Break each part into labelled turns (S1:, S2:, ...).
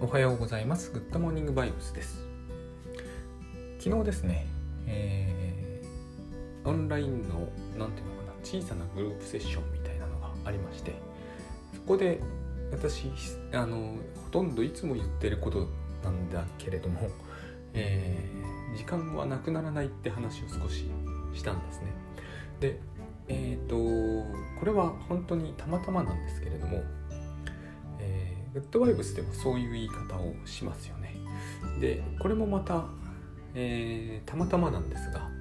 S1: おはようございます。グッドモーニングバイブスです。昨日ですね、オンラインの小さなグループセッションみたいなのがありまして、そこで私ほとんどいつも言ってることなんだけれども、時間はなくならないって話を少ししたんですね。で、これは本当にたまたまなんですけれども、グッドバイブスでもそういう言い方をしますよね。で、これもまた、たまたまなんですが、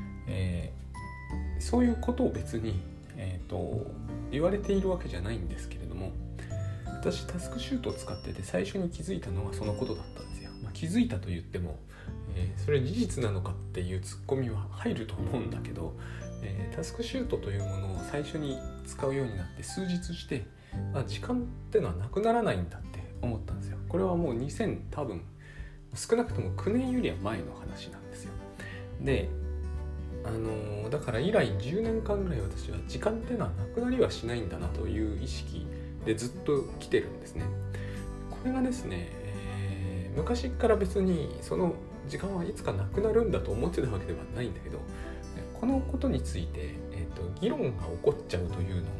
S1: そういうことを別に、言われているわけじゃないんですけれども、私タスクシュートを使ってて最初に気づいたのはそのことだったんですよ。気づいたと言っても、それ事実なのかっていうツッコミは入ると思うんだけど、タスクシュートというものを最初に使うようになって数日して時間ってのはなくならないんだって思ったんですよ。これはもう多分少なくとも9年よりは前の話なんですよ。で、だから以来10年間ぐらい私は時間ってのはなくなりはしないんだなという意識でずっと来てるんですね。これがですね、昔から別にその時間はいつかなくなるんだと思ってたわけではないんだけど、このことについて、議論が起こっちゃうというのが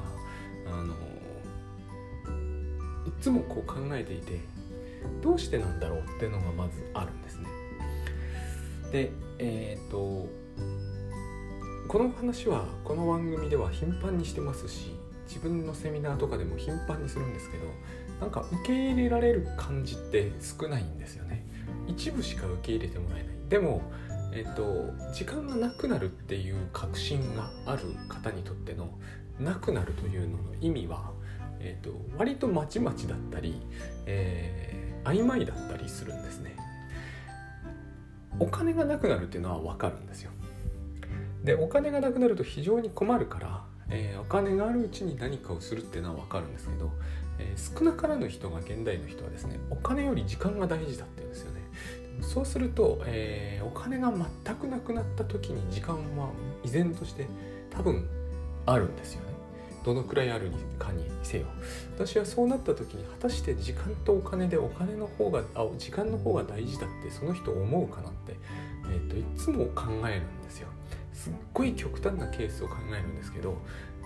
S1: いつもこう考えていて、どうしてなんだろうっていうのがまずあるんですね。で、この話はこの番組では頻繁にしてますし、自分のセミナーとかでも頻繁にするんですけど、なんか受け入れられる感じって少ないんですよね。一部しか受け入れてもらえない。でも、時間がなくなるっていう確信がある方にとってのなくなるというのの意味は、割とまちまちだったり、曖昧だったりするんですね。お金がなくなるっていうのは分かるんですよ。で、お金がなくなると非常に困るから、お金があるうちに何かをするっていうのは分かるんですけど、少なからぬ人が現代の人はですね、お金より時間が大事だって言うんですよね。そうすると、お金が全くなくなった時に時間は依然として多分あるんですよね。どのくらいあるかにせよ。私はそうなった時に果たして時間とお金で時間の方が大事だってその人思うかなって、いつも考えるんですよ。すっごい極端なケースを考えるんですけど、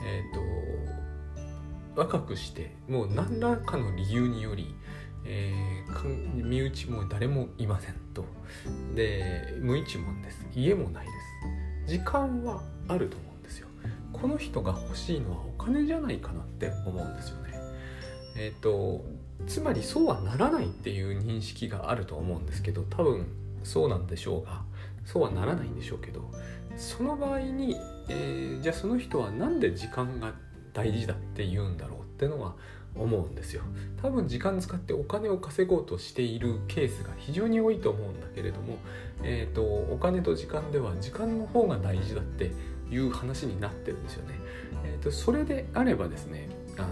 S1: 若くしてもう何らかの理由により、身内も誰もいませんと。で、無一文です。家もないです。時間はあると思うんですよ。この人が欲しいのはお金じゃないかなって思うんですよね。つまりそうはならないっていう認識があると思うんですけど、多分そうなんでしょうが、そうはならないんでしょうけど、その場合に、じゃあその人はなんで時間が大事だって言うんだろうってのは思うんですよ。多分時間使ってお金を稼ごうとしているケースが非常に多いと思うんだけれども、お金と時間では時間の方が大事だっていう話になってるんですよね。それであればですね、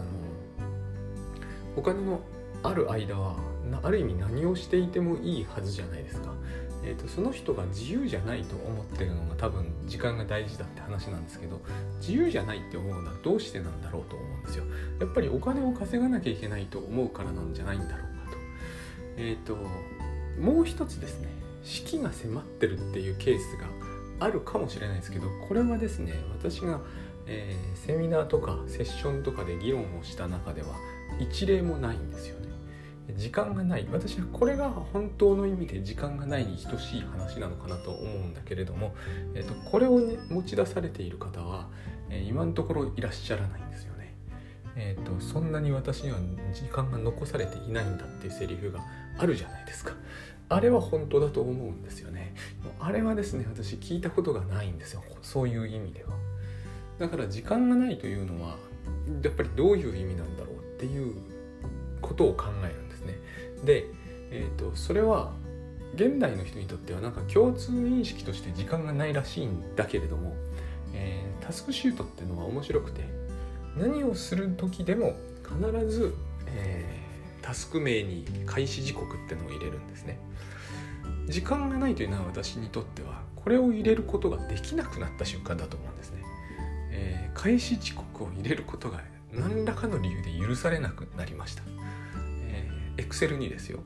S1: お金のある間はある意味何をしていてもいいはずじゃないですか。その人が自由じゃないと思ってるのが多分時間が大事だって話なんですけど、自由じゃないって思うのはどうしてなんだろうと思うんですよ。やっぱりお金を稼がなきゃいけないと思うからなんじゃないんだろうかと。もう一つですね、死期が迫ってるっていうケースがあるかもしれないですけど、これはですね、私が、セミナーとかセッションとかで議論をした中では一例もないんですよね。時間がない。私はこれが本当の意味で時間がないに等しい話なのかなと思うんだけれども、これを、持ち出されている方は、今のところいらっしゃらないんですよね。そんなに私には時間が残されていないんだっていうセリフがあるじゃないですか。あれは本当だと思うんですよね。あれはですね、私聞いたことがないんですよ。そういう意味では。だから時間がないというのはやっぱりどういう意味なんだろうっていうことを考えるんですね。で、それは現代の人にとってはなんか共通認識として時間がないらしいんだけれども、タスクシュートっていうのは面白くて、何をする時でも必ず、タスク名に開始時刻っていうのを入れるんですね。時間がないというのは私にとってはこれを入れることができなくなった瞬間だと思うんですね。開始時刻を入れることが何らかの理由で許されなくなりました。Excel にですよ。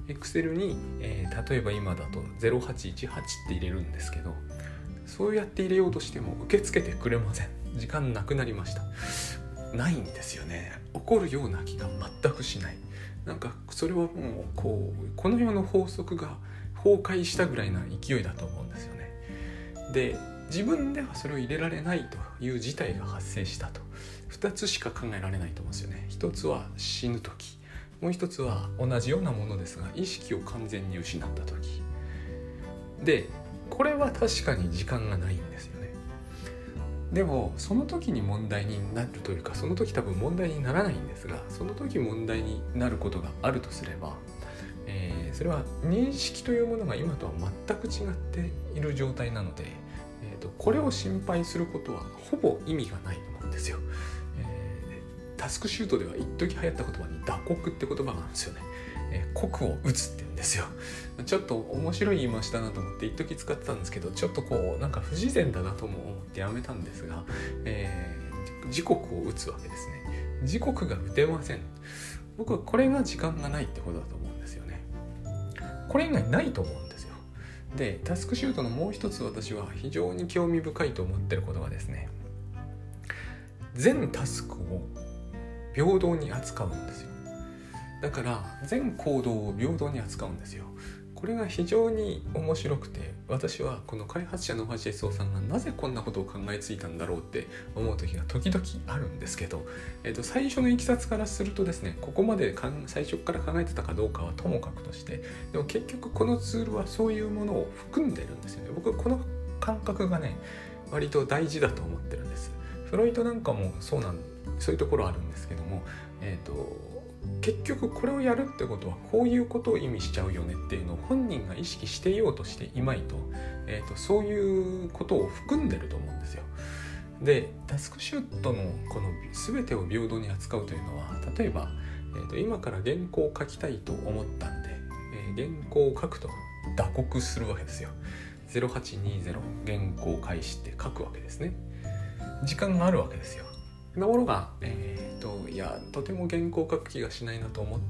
S1: Excel に、例えば今だと0818って入れるんですけど、そうやって入れようとしても受け付けてくれません。時間なくなりました。ないんですよね。怒るような気が全くしない。なんかそれはもうこの世の法則が崩壊したぐらいな勢いだと思うんですよね。で、自分ではそれを入れられないという事態が発生したと。2つしか考えられないと思うんですよね。1つは死ぬ時、もう1つは同じようなものですが意識を完全に失った時で、これは確かに時間がないんですよね。でもその時に問題になるというか、その時多分問題にならないんですが、その時問題になることがあるとすれば、それは認識というものが今とは全く違っている状態なので、これを心配することはほぼ意味がないと思うんですよ。タスクシュートでは一時流行った言葉に打刻って言葉があるんですよね。刻を打つって言うんですよ。ちょっと面白い言い回しだなと思って一時使ってたんですけど、ちょっとなんか不自然だなとも思ってやめたんですが、時刻を打つわけですね。時刻が打てません。僕はこれが時間がないってことだと思うんですよね。これ以外ないと思うんですよ。で、タスクシュートのもう一つ私は非常に興味深いと思ってることがですね、全タスクを平等に扱うんですよ。だから全行動を平等に扱うんですよ。これが非常に面白くて、私はこの開発者の大橋悦夫さんがなぜこんなことを考えついたんだろうって思う時が時々あるんですけど、最初のいきさつからするとですね、ここまで最初から考えてたかどうかはともかくとして、でも結局このツールはそういうものを含んでるんですよね。僕はこの感覚がね、割と大事だと思ってるんです。フロイトなんかもそういうところあるんですけども、結局これをやるってことはこういうことを意味しちゃうよねっていうのを本人が意識していようとしていまいと、そういうことを含んでると思うんですよ。で、タスクシュートのこの全てを平等に扱うというのは、例えば、今から原稿を書きたいと思ったんで、原稿を書くと打刻するわけですよ。0820原稿開始って書くわけですね。時間があるわけですよ。ところが、とても原稿書く気がしないなと思って、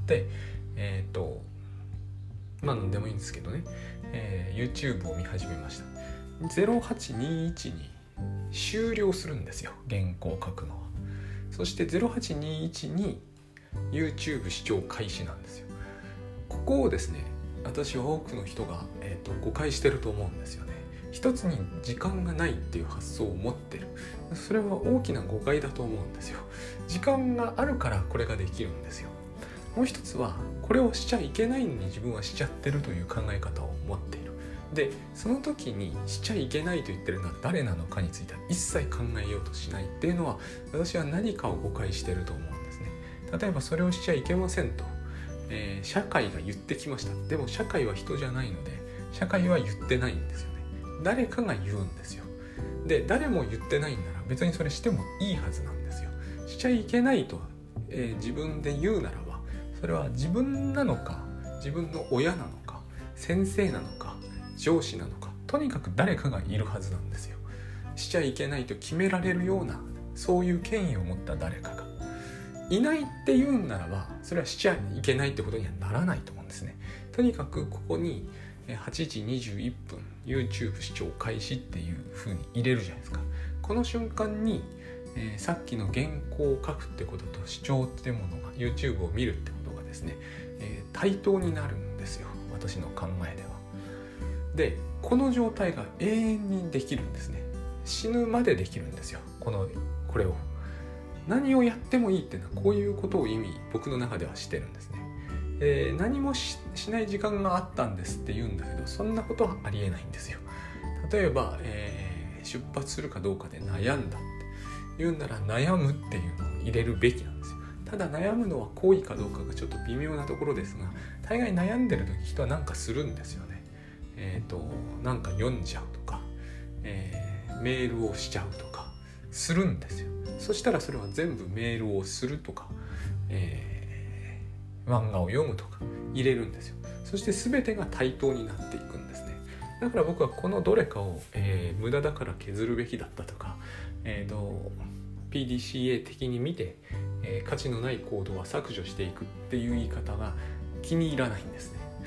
S1: 何でもいいんですけどね、YouTube を見始めました。0821に終了するんですよ、原稿を書くのは。そして0821に YouTube 視聴開始なんですよ。ここをですね、私は多くの人が、誤解してると思うんですよね。一つに時間がないっていう発想を持ってる。それは大きな誤解だと思うんですよ。時間があるからこれができるんですよ。もう一つはこれをしちゃいけないのに自分はしちゃってるという考え方を持っている。で、その時にしちゃいけないと言ってるのは誰なのかについては一切考えようとしないっていうのは、私は何かを誤解してると思うんですね。例えばそれをしちゃいけませんと、社会が言ってきました。でも社会は人じゃないので、社会は言ってないんですよね。誰かが言うんですよ。で、誰も言ってないんなら別にそれしてもいいはずなんですよ。しちゃいけないと、自分で言うならば、それは自分なのか、自分の親なのか、先生なのか、上司なのか、とにかく誰かがいるはずなんですよ。しちゃいけないと決められるような、そういう権威を持った誰かがいないって言うんならば、それはしちゃいけないってことにはならないと思うんですね。とにかくここに8時21分 YouTube 視聴開始っていう風に入れるじゃないですか。この瞬間に、さっきの原稿を書くってことと視聴ってものが YouTube を見るってことがですね、対等になるんですよ、私の考えでは。で、この状態が永遠にできるんですね。死ぬまでできるんですよ、これを。何をやってもいいっていうのはこういうことを僕の中ではしてるんですね。何も しない時間があったんですって言うんだけど、そんなことはありえないんですよ。例えば、出発するかどうかで悩んだって言うんなら、悩むっていうのを入れるべきなんですよ。ただ悩むのは行為かどうかがちょっと微妙なところですが、大概悩んでる時人は何かするんですよね。なんか読んじゃうとか、メールをしちゃうとかするんですよ。そしたらそれは全部メールをするとか、漫画を読むとか入れるんですよ。そして全てが対等になっていくんですね。だから僕はこのどれかを、無駄だから削るべきだったとか、PDCA 的に見て、価値のない行動は削除していくっていう言い方が気に入らないんですね。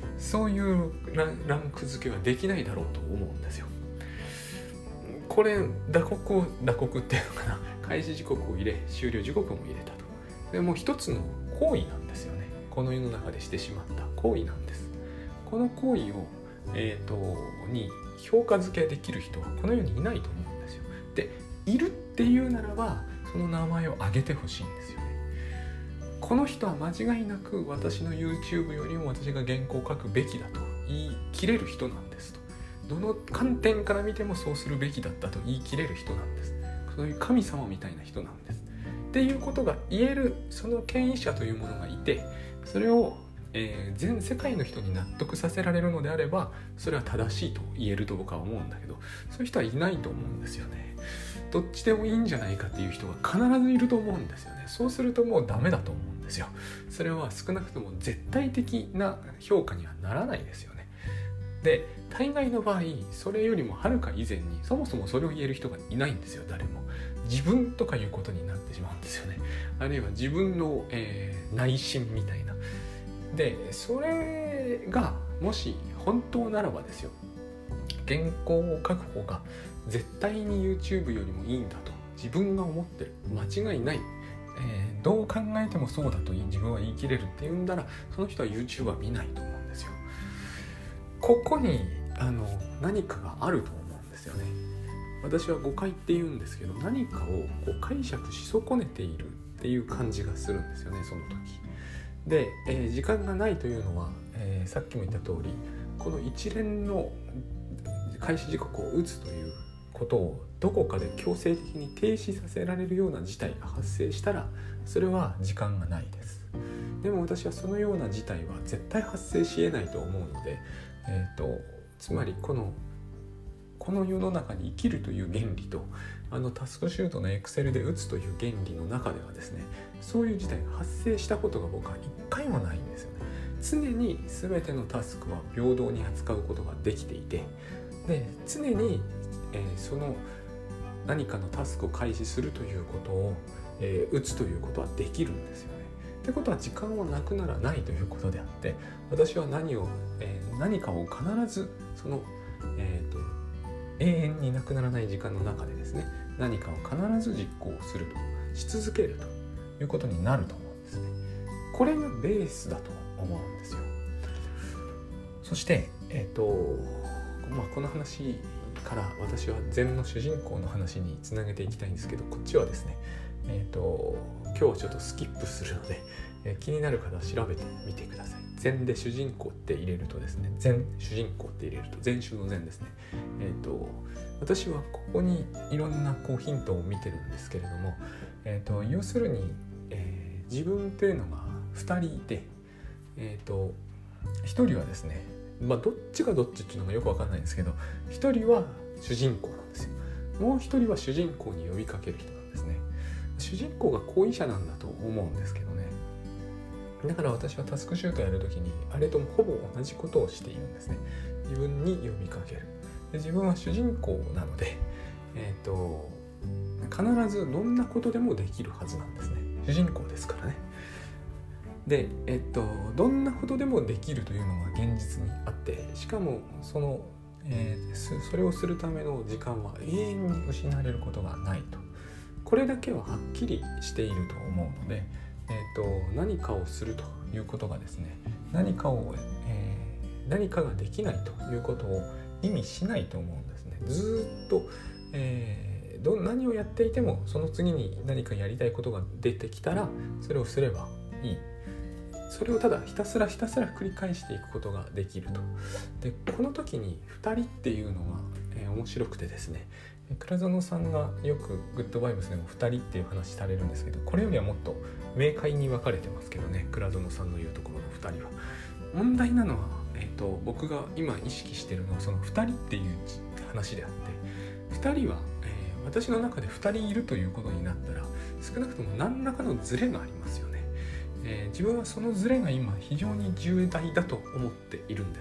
S1: そういうランク付けはできないだろうと思うんですよ。これ打刻っていうのかな、開始時刻を入れ終了時刻も入れたと。でもう一つの行為なんですよね。この世の中でしてしまった行為なんです。この行為を、に評価付けできる人はこの世にいないと思うんですよ。で、いるっていうならばその名前を挙げてほしいんですよね。この人は間違いなく私の YouTube よりも私が原稿を書くべきだと言い切れる人なんですと。どの観点から見てもそうするべきだったと言い切れる人なんです。そういう神様みたいな人なんです。っていうことが言えるその権威者というものがいて、それを、全世界の人に納得させられるのであればそれは正しいと言えると僕は思うんだけど、そういう人はいないと思うんですよね。どっちでもいいんじゃないかっていう人が必ずいると思うんですよね。そうするともうダメだと思うんですよ。それは少なくとも絶対的な評価にはならないですよね。で、大概の場合それよりもはるか以前にそもそもそれを言える人がいないんですよ。誰も。自分とかいうことになってしまうんですよね。あるいは自分の、内心みたいな。で、それがもし本当ならばですよ、原稿を書く方が絶対に YouTube よりもいいんだと自分が思ってる、間違いない、どう考えてもそうだと自分は言い切れるっていうんなら、その人は YouTube は見ないと思うんですよ。ここに何かがあると思うんですよね。私は誤解って言うんですけど、何かをこう解釈し損ねているっていう感じがするんですよね、その時で。時間がないというのは、さっきも言った通りこの一連の開始時刻を打つということをどこかで強制的に停止させられるような事態が発生したらそれは時間がないです。でも私はそのような事態は絶対発生し得ないと思うので、つまりこの世の中に生きるという原理とタスクシュートの Excel で打つという原理の中ではですね、そういう事態が発生したことが僕は一回もないんですよね。常に全てのタスクは平等に扱うことができていて、で常に、その何かのタスクを開始するということを、打つということはできるんですよね。ってことは時間はなくならないということであって、私は何かを必ずその、永遠になくならない時間の中でですね、何かを必ず実行するとし続けるということになると思うんですね。これがベースだと思うんですよ。そして、この話から私は禅の主人公の話につなげていきたいんですけど、こっちはですね、今日はちょっとスキップするので、気になる方は調べてみてください。禅で主人公って入れるとですね、禅主人公って入れると禅宗の禅ですね。私はここにいろんなヒントを見てるんですけれども、要するに、自分というのが2人いて、1人はですね、どっちがどっちっていうのがよく分かんないんですけど、1人は主人公なんですよ。もう1人は主人公に呼びかける人なんですね。主人公が行為者なんだと思うんですけどね。だから私はタスクシュートやるときにあれともほぼ同じことをしているんですね。自分に呼びかける。で、自分は主人公なので、必ずどんなことでもできるはずなんですね。主人公ですからね。で、どんなことでもできるというのが現実にあって、しかもそれをするための時間は永遠に失われることがないと。これだけははっきりしていると思うので、何かをするということがですね、何かができないということを意味しないと思うんですね。ずっと、何をやっていてもその次に何かやりたいことが出てきたらそれをすればいい。それをただひたすら繰り返していくことができると。で、この時に2人っていうのが、面白くてですね、倉園さんがよくグッドバイブスでも2人っていう話されるんですけど、これよりはもっと明快に分かれてますけどね、倉園さんの言うところの2人は。問題なのは、僕が今意識しているのはその2人っていう話であって、2人は、私の中で2人いるということになったら少なくとも何らかのズレがありますよね。自分はそのズレが今非常に重大だと思っているんです。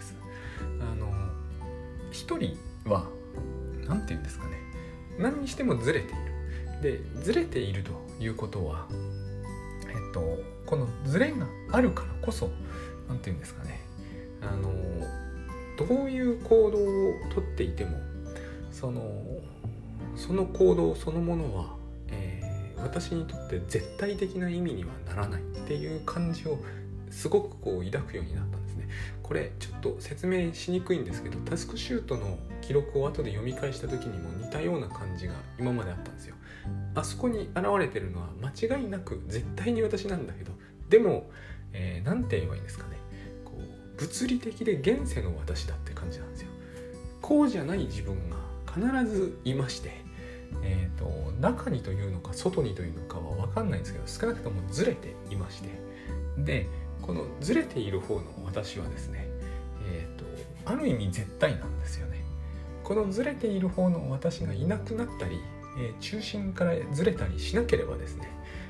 S1: 一人はなんて言うんですかね、何にしてもずれている。で、ずれているということは、このずれがあるからこそなんて言うんですかね、 どういう行動をとっていてもその行動そのものは、私にとって絶対的な意味にはならないっていう感じをすごく抱くようになったんですね。これちょっと説明しにくいんですけど、タスクシュートの記録を後で読み返した時にも似たような感じが今まであったんですよ。あそこに現れてるのは間違いなく絶対に私なんだけど、でも、なんて言えばいいんですかね、物理的で現世の私だって感じなんですよ。こうじゃない自分が必ずいまして、中にというのか外にというのかは分かんないんですけど、少なくともずれていまして、でこのずれている方の私はですね、ある意味絶対なんですよね。このずれている方の私がいなくなったり、中心からずれたりしなければですね、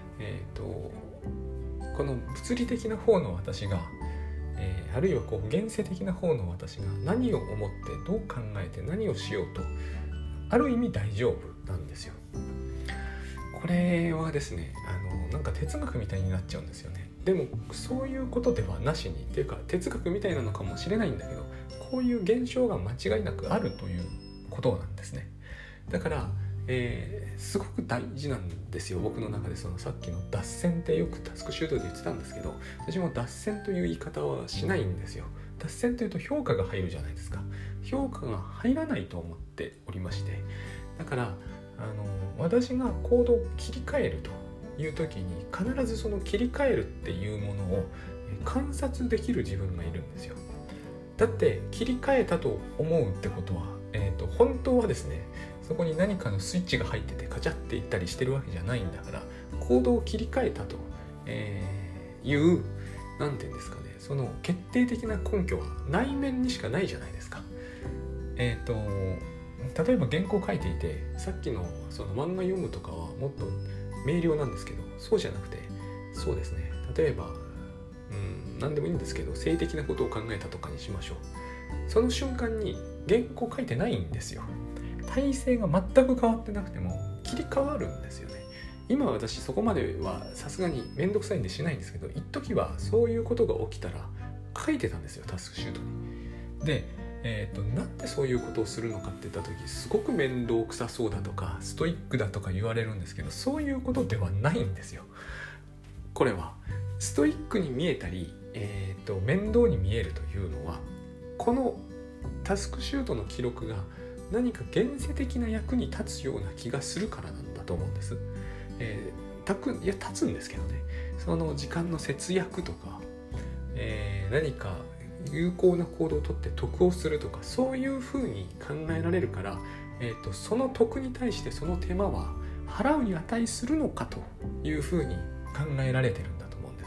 S1: この物理的な方の私が、あるいは現世的な方の私が何を思ってどう考えて何をしようとある意味大丈夫なんですよ。これはですね、なんか哲学みたいになっちゃうんですよね。でもそういうことではなしにっていうか、哲学みたいなのかもしれないんだけど、こういう現象が間違いなくあるということなんですね。だから、すごく大事なんですよ。僕の中でさっきの脱線ってよくタスクシュートで言ってたんですけど、私も脱線という言い方はしないんですよ。脱線というと評価が入るじゃないですか。評価が入らないと思っておりまして、だから私が行動を切り替えるという時に必ずその切り替えるっていうものを観察できる自分がいるんですよ。だって切り替えたと思うってことは、本当はですね、そこに何かのスイッチが入っててカチャっていったりしてるわけじゃないんだから、行動を切り替えたと、いうなんていうんですかね、その決定的な根拠は内面にしかないじゃないですか。例えば原稿書いていて、さっきのその漫画読むとかはもっと明瞭なんですけど、そうじゃなくて、そうですね、例えば何でもいいんですけど、性的なことを考えたとかにしましょう。その瞬間に原稿書いてないんですよ。体勢が全く変わってなくても切り替わるんですよね。今私そこまではさすがにめんどくさいんでしないんですけど、一時はそういうことが起きたら書いてたんですよ、タスクシュートに。で、なんでそういうことをするのかって言った時、すごく面倒くさそうだとかストイックだとか言われるんですけど、そういうことではないんですよ。これはストイックに見えたり、面倒に見えるというのは、このタスクシュートの記録が何か現世的な役に立つような気がするからなんだと思うんです。立つんですけどね、その時間の節約とか、何か有効な行動をとって得をするとか、そういうふうに考えられるから、その得に対してその手間は払うに値するのかというふうに考えられてるんだと思うんです。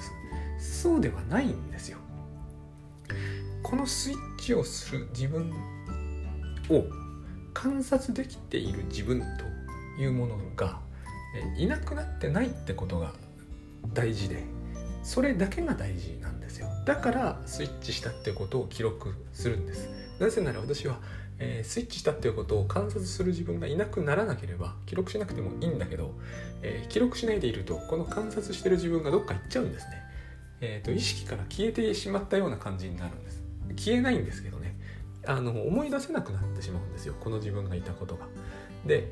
S1: そうではないんですよ。このスイッチをする自分を観察できている自分というものがいなくなってないってことが大事で、それだけが大事なんですよ。だからスイッチしたっていうことを記録するんです。なぜなら私は、スイッチしたっていうことを観察する自分がいなくならなければ記録しなくてもいいんだけど、記録しないでいるとこの観察してる自分がどっか行っちゃうんですね。意識から消えてしまったような感じになるんです。消えないんですけどね、思い出せなくなってしまうんですよ、この自分がいたことが。で、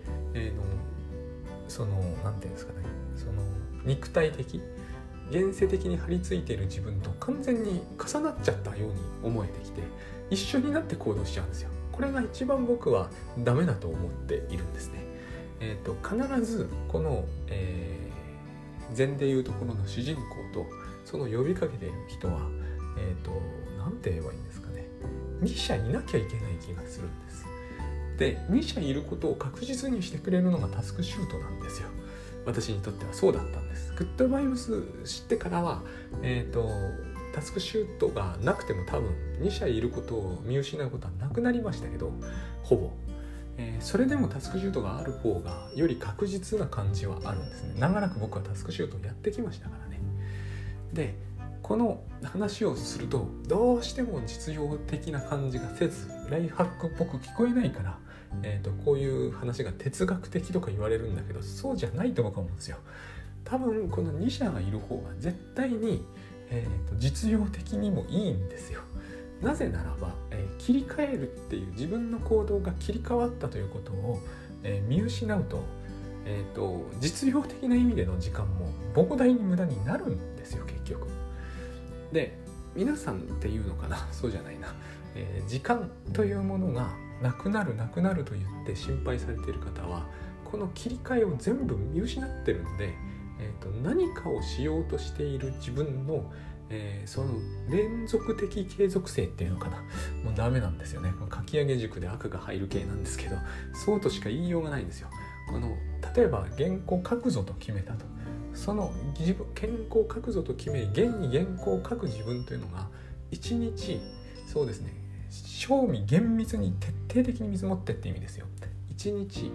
S1: なんていうんですかね、その肉体的現世的に張り付いている自分と完全に重なっちゃったように思えてきて、一緒になって行動しちゃうんですよ。これが一番僕はダメだと思っているんですね。必ずこの、禅でいうところの主人公とその呼びかけている人は、なんて言えばいいんですかね、2者いなきゃいけない気がするんです。で、2者いることを確実にしてくれるのがタスクシュートなんですよ。私にとってはそうだったんです。グッドバイブス知ってからは、タスクシュートがなくても多分2社いることを見失うことはなくなりましたけど、ほぼ、それでもタスクシュートがある方がより確実な感じはあるんですね。長らく僕はタスクシュートをやってきましたからね。で、この話をするとどうしても実用的な感じがせず、ライフハックっぽく聞こえないから、こういう話が哲学的とか言われるんだけど、そうじゃないと僕は思うんですよ。多分この2社がいる方が絶対に、実用的にもいいんですよ。 なぜならば、切り替えるっていう自分の行動が切り替わったということを、見失うと、実用的な意味での時間も膨大に無駄になるんですよ結局。で皆さんっていうのかな、そうじゃないな、時間というものがなくなると言って心配されている方はこの切り替えを全部見失ってるので、何かをしようとしている自分の、その連続的継続性っていうのかな、もうダメなんですよね。書き上げ塾で赤が入る系なんですけど、そうとしか言いようがないんですよ。例えば原稿書くぞと決めたと、その原稿書くぞと決め現に原稿を書く自分というのが1日そうですね、正味厳密に徹底的に見積もってって意味ですよ。1日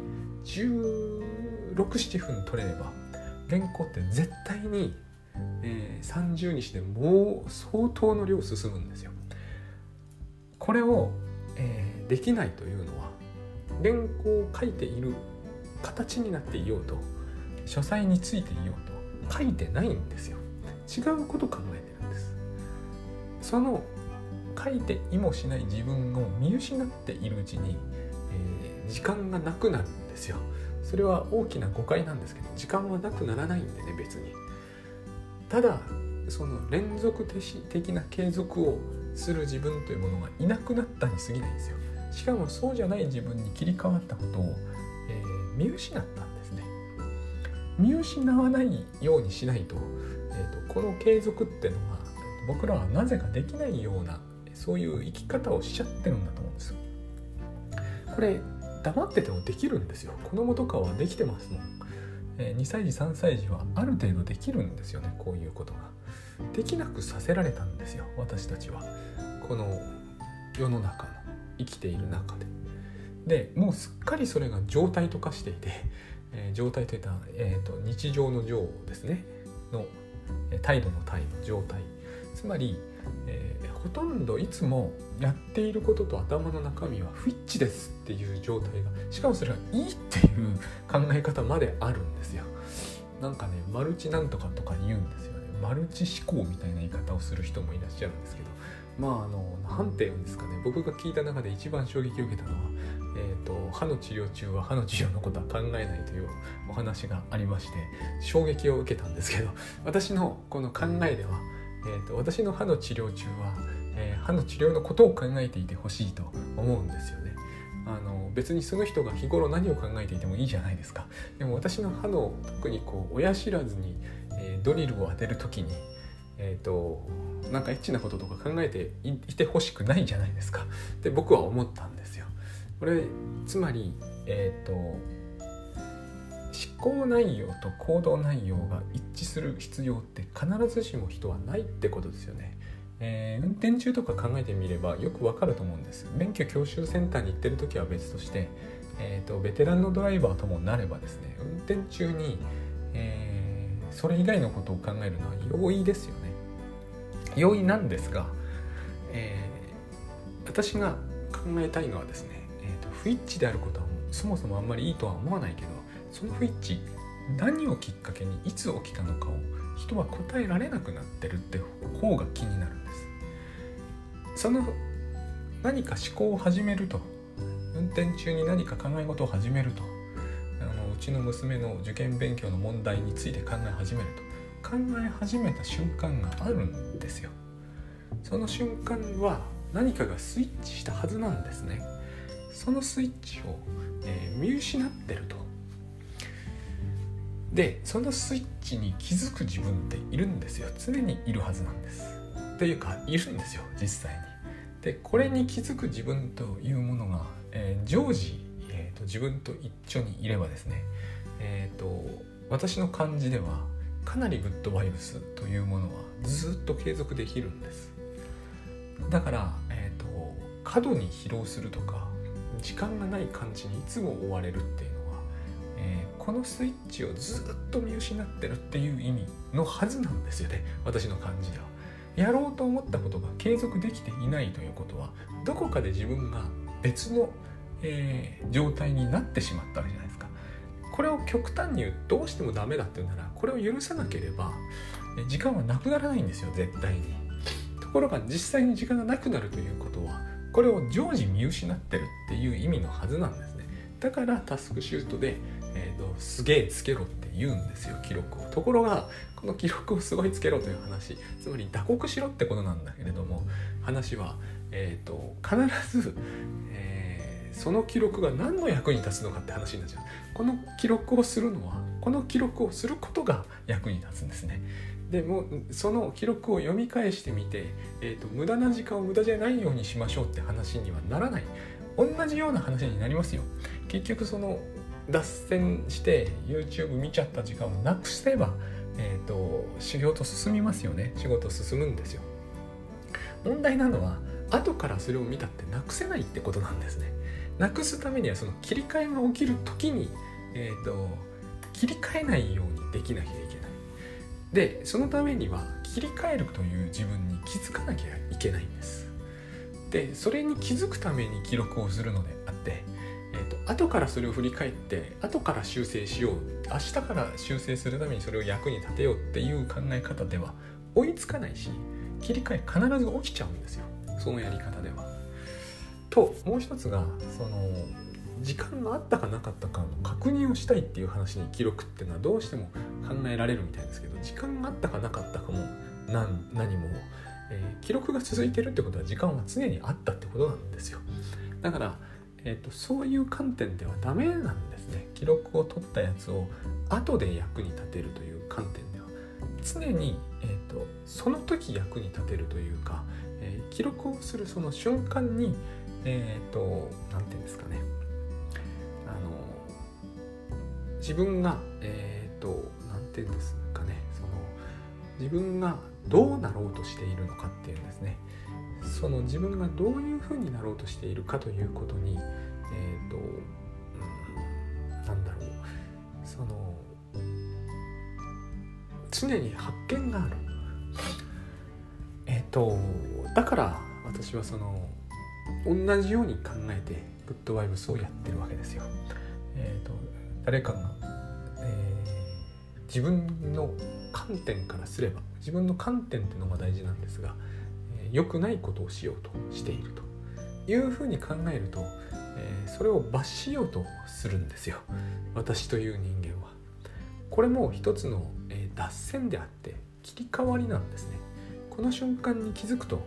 S1: 16、7分取れれば原稿って絶対に、30日でもう相当の量進むんですよ。これを、できないというのは原稿を書いている形になっていようと書斎についていようと書いてないんですよ。違うことを考えてるんです。その書いていもしない自分を見失っているうちに、時間がなくなるんですよ。それは大きな誤解なんですけど、時間はなくならないんでね別に。ただその連続的な継続をする自分というものがいなくなったに過ぎないんですよ。しかもそうじゃない自分に切り替わったことを、見失ったんですね。見失わないようにしないと、この継続っていうのが僕らはなぜかできないようなそういう生き方をしちゃってるんだと思うんですよ。これ黙っててもできるんですよ。子供とかはできてますもん。2歳児3歳児はある程度できるんですよね。こういうことができなくさせられたんですよ私たちは、この世の中の生きている中で。もうすっかりそれが常態と化していて、常態といったら、日常の常ですねの態度の態の状態、つまり、ほとんどいつもやっていることと頭の中身は不一致ですっていう状態が、しかもそれがいいっていう考え方まであるんですよ。なんかねマルチなんとかとか言うんですよね。マルチ思考みたいな言い方をする人もいらっしゃるんですけど、なんて言うんですかね、僕が聞いた中で一番衝撃を受けたのは、歯の治療中は歯の治療のことは考えないというお話がありまして、衝撃を受けたんですけど、私のこの考えでは、私の歯の治療中は、歯の治療のことを考えていてほしいと思うんですよね。別にその人が日頃何を考えていてもいいじゃないですか。でも私の歯の特に親知らずに、ドリルを当てるときに、なんかエッチなこととか考えて いてほしくないじゃないですかって僕は思ったんですよ。これつまり、思考内容と行動内容が一致する必要って必ずしも人はないってことですよね。運転中とか考えてみればよくわかると思うんです。免許教習センターに行ってる時は別として、ベテランのドライバーともなればですね、運転中に、それ以外のことを考えるのは容易ですよね。容易なんですが、私が考えたいのはですね、不一致であることはそもそもあんまりいいとは思わないけど、その不一致何をきっかけにいつ起きたのかを人は答えられなくなってるって方が気になるんです。その何か思考を始めると、運転中に何か考え事を始めると、うちの娘の受験勉強の問題について考え始めると、考え始めた瞬間があるんですよ。その瞬間は何かがスイッチしたはずなんですね。そのスイッチを、見失ってると。でそのスイッチに気づく自分っているんですよ。常にいるはずなんです。というかいるんですよ実際に。でこれに気づく自分というものが、常時、自分と一緒にいればですね、私の感じではかなりグッドバイブスというものはずっと継続できるんです。だから、過度に疲労するとか時間がない感じにいつも追われるっていうのは、このスイッチをずっと見失ってるっていう意味のはずなんですよね。私の感じではやろうと思ったことが継続できていないということは、どこかで自分が別の、状態になってしまったわけじゃないですか。これを極端に言うどうしてもダメだっていうなら、これを許さなければ時間はなくならないんですよ絶対に。ところが実際に時間がなくなるということはこれを常時見失ってるっていう意味のはずなんですね。だからタスクシュートで、すげえつけろって言うんですよ、記録を。ところがこの記録をすごいつけろという話、つまり打刻しろってことなんだけれども、話は、必ず、その記録が何の役に立つのかって話になっちゃう。この記録をするのはこの記録をすることが役に立つんですね。でもその記録を読み返してみて、無駄な時間を無駄じゃないようにしましょうって話にはならない。同じような話になりますよ。結局その脱線して YouTube 見ちゃった時間をなくせば、仕事進みますよね。仕事進むんですよ。問題なのは後からそれを見たってなくせないってことなんですね。なくすためにはその切り替えが起きる時に、切り替えないようにできなきゃいけない。でそのためには切り替えるという自分に気づかなきゃいけないんです。でそれに気づくために記録をするのであって、後からそれを振り返って後から修正しよう、明日から修正するためにそれを役に立てようっていう考え方では追いつかないし、切り替え必ず起きちゃうんですよ、そのやり方では。ともう一つがその時間があったかなかったかの確認をしたいっていう話に記録っていうのはどうしても考えられるみたいですけど、時間があったかなかったかも何も、記録が続いてるってことは時間は常にあったってことなんですよ。だから、そういう観点ではダメなんですね。記録を取ったやつを後で役に立てるという観点では常に、その時役に立てるというか、記録をするその瞬間になんていうんですかね、自分がなんていうんですかね、その自分がどうなろうとしているのかっていうんですね。その自分がどういうふうになろうとしているかということになんだろう、その常に発見がある。だから私はその同じように考えてグッドバイブスをやってるわけですよ。誰かが、自分の観点からすれば、自分の観点っていうのが大事なんですが、良くないことをしようとしているというふうに考えると、それを罰しようとするんですよ、私という人間は。これも一つの、脱線であって切り替わりなんですね。この瞬間に気づくと、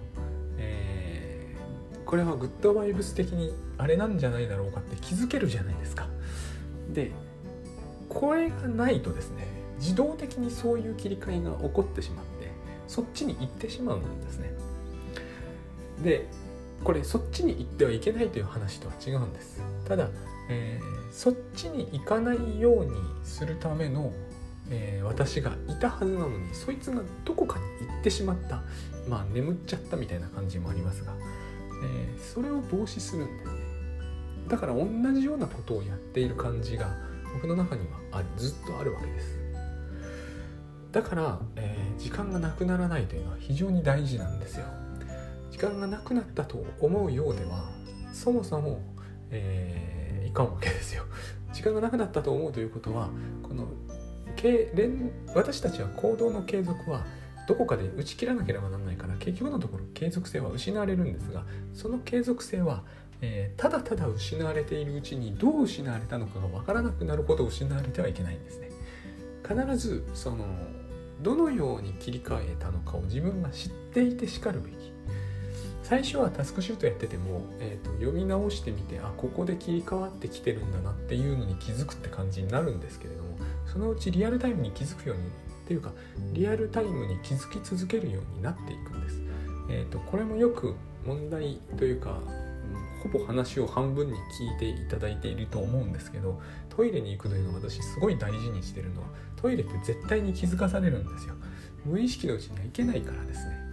S1: これはグッドバイブス的にあれなんじゃないだろうかって気づけるじゃないですか。でこれがないとですね、自動的にそういう切り替えが起こってしまってそっちに行ってしまうんですね。でこれそっちに行ってはいけないという話とは違うんです。ただ、そっちに行かないようにするための、私がいたはずなのにそいつがどこかに行ってしまった、眠っちゃったみたいな感じもありますが、それを防止するんですね。だから同じようなことをやっている感じが僕の中にはずっとあるわけです。だから、時間がなくならないというのは非常に大事なんですよ。時間がなくなったと思うようではそもそも、いかんわけですよ。時間がなくなったと思うということは、この私たちは行動の継続はどこかで打ち切らなければならないから、結局のところ継続性は失われるんですが、その継続性は、ただただ失われているうちにどう失われたのかが分からなくなるほど失われてはいけないんですね。必ずそのどのように切り替えたのかを自分が知っていてしかるべき。最初はタスクシュートやってても、読み直してみて、ここで切り替わってきてるんだなっていうのに気づくって感じになるんですけれども、そのうちリアルタイムに気づくようにっていうかリアルタイムに気づき続けるようになっていくんです。これもよく問題というか、ほぼ話を半分に聞いていただいていると思うんですけど、トイレに行くというのを私すごい大事にしているのは、トイレって絶対に気づかされるんですよ。無意識のうちには行けないからですね。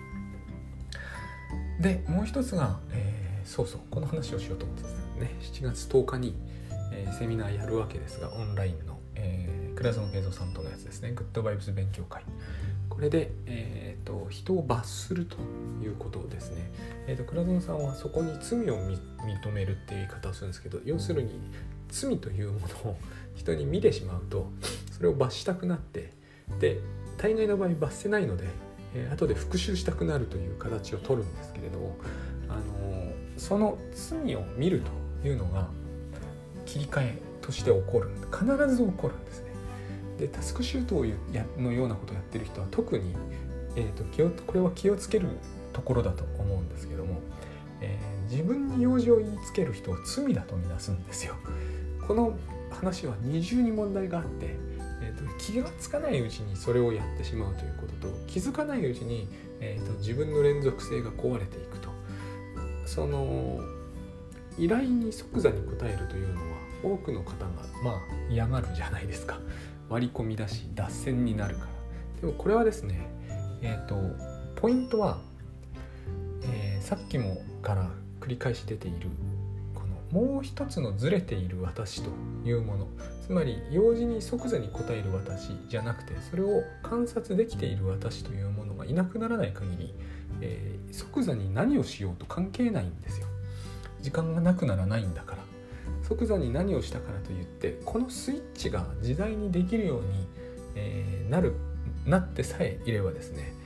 S1: でもう一つが、この話をしようと思ってですね、7月10日に、セミナーやるわけですが、オンラインの、倉園慶三さんとのやつですね、グッドバイブス勉強会。これで、人を罰するということですね。倉園さんはそこに罪を認めるっていう言い方をするんですけど、要するに罪というものを人に見てしまうとそれを罰したくなって、で大概の場合罰せないので、 後で復讐したくなるという形を取るんですけれども、その罪を見るというのが切り替えとして起こる、必ず起こるんですね。でタスクシュートのようなことをやってる人は特に、これは気をつけるところだと思うんですけども、自分に用事を言いつける人を罪だとみなすんですよ。この話は二重に問題があって、気がつかないうちにそれをやってしまうということと、気づかないうちに、自分の連続性が壊れていくと、その依頼に即座に応えるというのは多くの方が嫌がるじゃないですか。割り込みだし脱線になるから。でもこれはですね、ポイントは、さっきもから繰り返し出ているこのもう一つのずれている私というもの、つまり用事に即座に応える私じゃなくて、それを観察できている私というものがいなくならない限り、即座に何をしようと関係ないんですよ。時間がなくならないんだから。即座に何をしたからといってこのスイッチが自在にできるように、なってさえいればですね、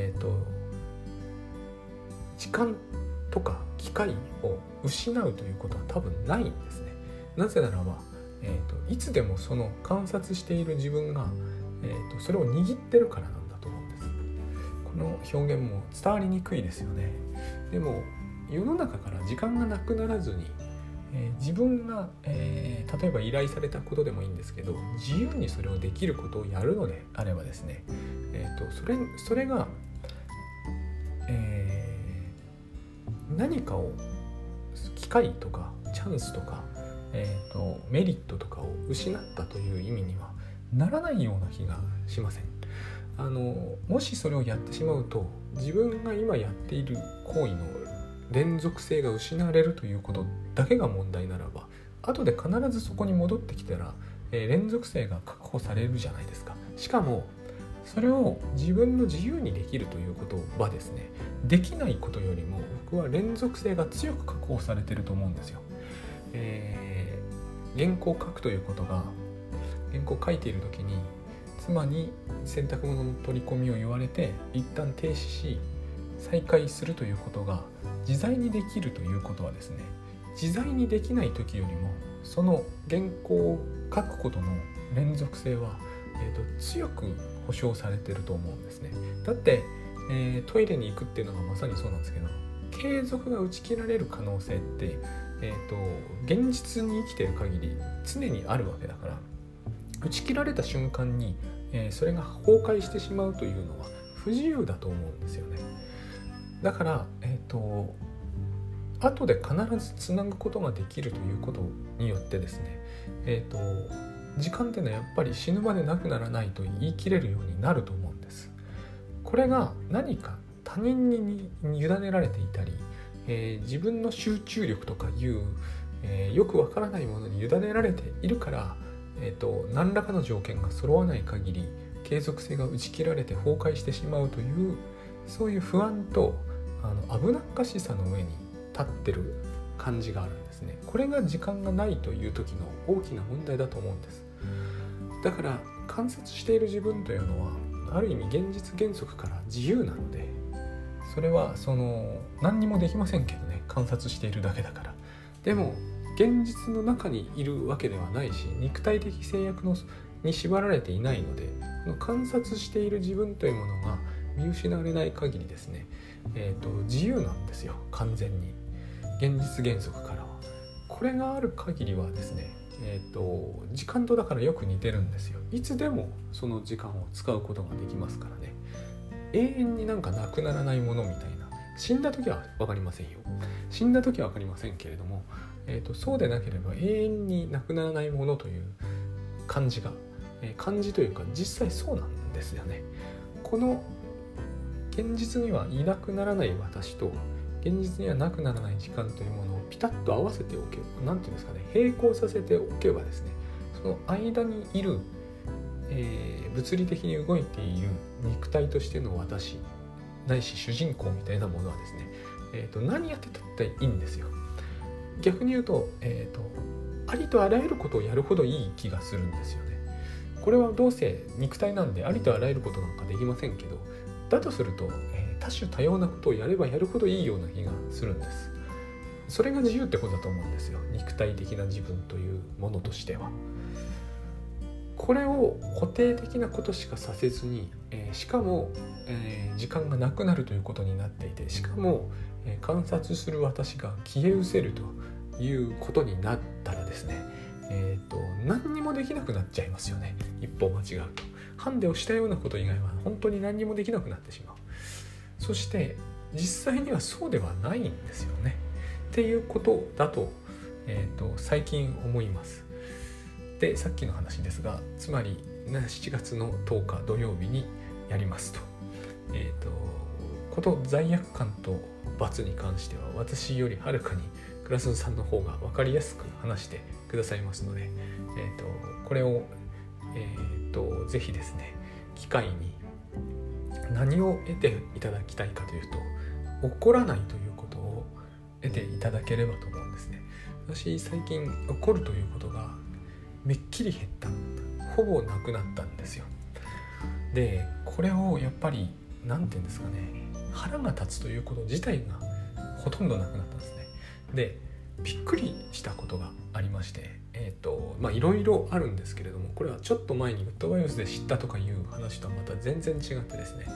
S1: 時間とか機会を失うということは多分ないんですね。なぜならば、いつでもその観察している自分が、それを握ってるからなんだと思うんです。この表現も伝わりにくいですよね。でも世の中から時間がなくならずに、自分が、例えば依頼されたことでもいいんですけど、自由にそれをできることをやるのであればですね、それが、何かを機会とかチャンスとか、メリットとかを失ったという意味にはならないような気がしません。もしそれをやってしまうと、自分が今やっている行為の連続性が失われるということだけが問題ならば、後で必ずそこに戻ってきたら、連続性が確保されるじゃないですか。しかもそれを自分の自由にできるということはですね、できないことよりも僕は連続性が強く確保されていると思うんですよ。原稿を書くということが、原稿を書いている時に妻に洗濯物の取り込みを言われて一旦停止し再開するということが自在にできるということはですね、自在にできない時よりもその原稿を書くことの連続性は、強く保証されていると思うんですね。だって、トイレに行くっていうのがまさにそうなんですけど、継続が打ち切られる可能性って、現実に生きている限り常にあるわけだから、打ち切られた瞬間に、それが崩壊してしまうというのは不自由だと思うんですよね。だから、後で必ずつなぐことができるということによってですね、時間っていうのはやっぱり死ぬまでなくならないと言い切れるようになると思うんです。これが何か他人に委ねられていたり、自分の集中力とかいう、よくわからないものに委ねられているから、何らかの条件が揃わない限り継続性が打ち切られて崩壊してしまうという、そういう不安と危なっかしさの上に立ってる感じがあるんですね。これが時間がないという時の大きな問題だと思うんです。だから観察している自分というのはある意味現実原則から自由なので、それは何にもできませんけどね、観察しているだけだから。でも現実の中にいるわけではないし、肉体的制約に縛られていないので、観察している自分というものが見失われない限りですね、自由なんですよ、完全に現実原則からは。これがある限りはですね、時間とだからよく似てるんですよ。いつでもその時間を使うことができますからね。永遠になんかなくならないものみたいな、死んだ時は分かりませんよ。死んだ時は分かりませんけれども、そうでなければ永遠になくならないものという感じが、感じというか実際そうなんですよね。この現実にはいなくならない私と現実にはなくならない時間というものをピタッと合わせておけば、なんていうんですかね、並行させておけばですね、その間にいる、物理的に動いている肉体としての私ないし主人公みたいなものはですね、何やってたっていいんですよ。逆に言うと、ありとあらゆることをやるほどいい気がするんですよね。これはどうせ肉体なんでありとあらゆることなんかできませんけど、 だとすると、多種多様なことをやればやるほどいいような気がするんです。それが自由ってことだと思うんですよ。肉体的な自分というものとしては。これを固定的なことしかさせずに、しかも、時間がなくなるということになっていて、しかも、観察する私が消え失せるということになったらですね、何にもできなくなっちゃいますよね。一歩間違うとハンデをしたようなこと以外は本当に何にもできなくなってしまう。そして実際にはそうではないんですよねっていうことだと、最近思います。で、さっきの話ですが、つまり7月の10日土曜日にやりますと、こと罪悪感と罰に関しては私よりはるかにクラスさんの方が分かりやすく話してくださいますので、これを、ぜひですね、機会に何を得ていただきたいかというと、怒らないということを得ていただければと思うんですね。私最近怒るということがめっきり減った、ほぼなくなったんですよ。で、これをやっぱりなんていうんですかね、腹が立つということ自体がほとんどなくなったんですね。で、びっくりしたことがありまして、いろいろあるんですけれども、これはちょっと前にウッドバイオスで知ったとかいう話とはまた全然違ってですね、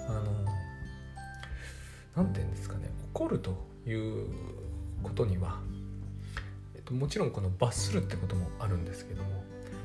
S1: なんていうんですかね、怒るということには、もちろんこの罰するってこともあるんですけども、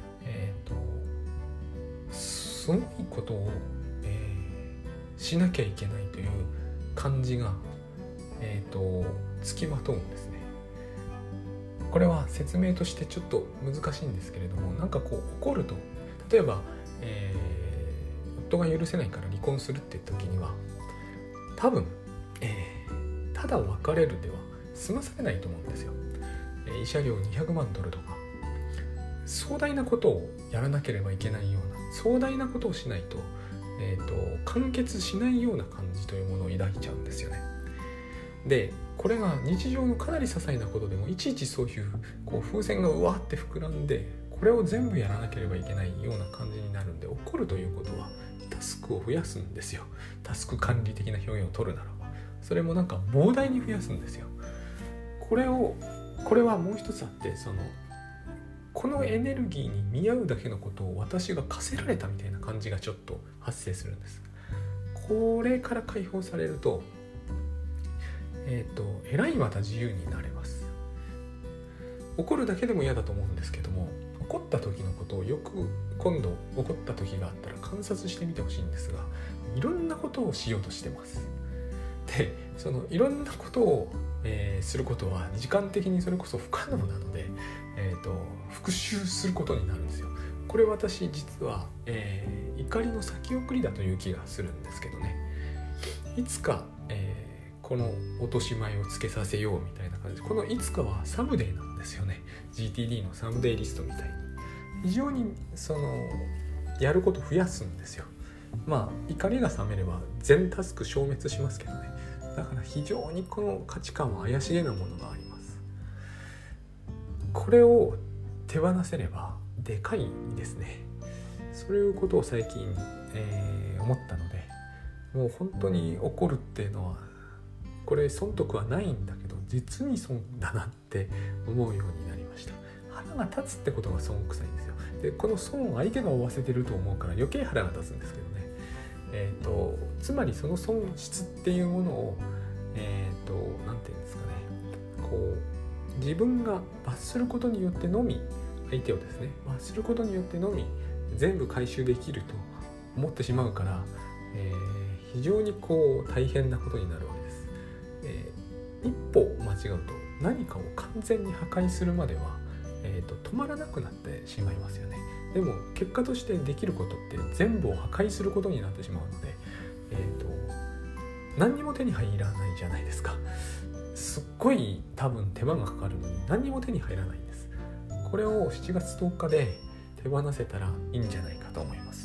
S1: すごいことを、しなきゃいけないという感じが、つきまとうんですね。これは説明としてちょっと難しいんですけれども、なんかこう怒ると、例えば、夫が許せないから離婚するって時には多分、ただ別れるでは済まされないと思うんですよ。慰謝料200万ドルとか壮大なことをやらなければいけないような、壮大なことをしないと、完結しないような感じというものを抱いちゃうんですよね。で、これが日常のかなり些細なことでもいちいちそういう、風船がうわって膨らんで、これを全部やらなければいけないような感じになるんで、怒るということはタスクを増やすんですよ。タスク管理的な表現を取るならば、それもなんか膨大に増やすんですよ。これはもう一つあって、このエネルギーに見合うだけのことを私が課せられたみたいな感じがちょっと発生するんです。これから解放されると、えらいまた自由になれます。怒るだけでも嫌だと思うんですけども、怒った時のことをよく今度怒った時があったら観察してみてほしいんですが、いろんなことをしようとしてます。で、そのいろんなことを、することは時間的にそれこそ不可能なので、復習することになるんですよ。これ私実は、怒りの先送りだという気がするんですけどね。いつか、この落とし前をつけさせようみたいな感じで、このいつかはサムデイなんですよね。 GTD のサムデイリストみたいに非常にやること増やすんですよ。怒りが冷めれば全タスク消滅しますけどね。だから非常にこの価値観は怪しげなものがあります。これを手放せればでかいですね。そういうことを最近、思ったので、もう本当に怒るっていうのはこれ損得はないんだけど、実に損だなって思うようになりました。腹が立つってことが損臭いんですよ。で、この損を相手が負わせてると思うから余計腹が立つんですけどね。つまりその損失っていうものを、なんていうんですかね、自分が罰することによってのみ、相手をですね罰することによってのみ全部回収できると思ってしまうから、非常に大変なことになるわけです。一歩間違うと何かを完全に破壊するまでは、止まらなくなってしまいますよね。でも結果としてできることって全部を破壊することになってしまうので、何にも手に入らないじゃないですか。すっごい多分手間がかかるのに何にも手に入らないんです。これを7月10日で手放せたらいいんじゃないかと思います。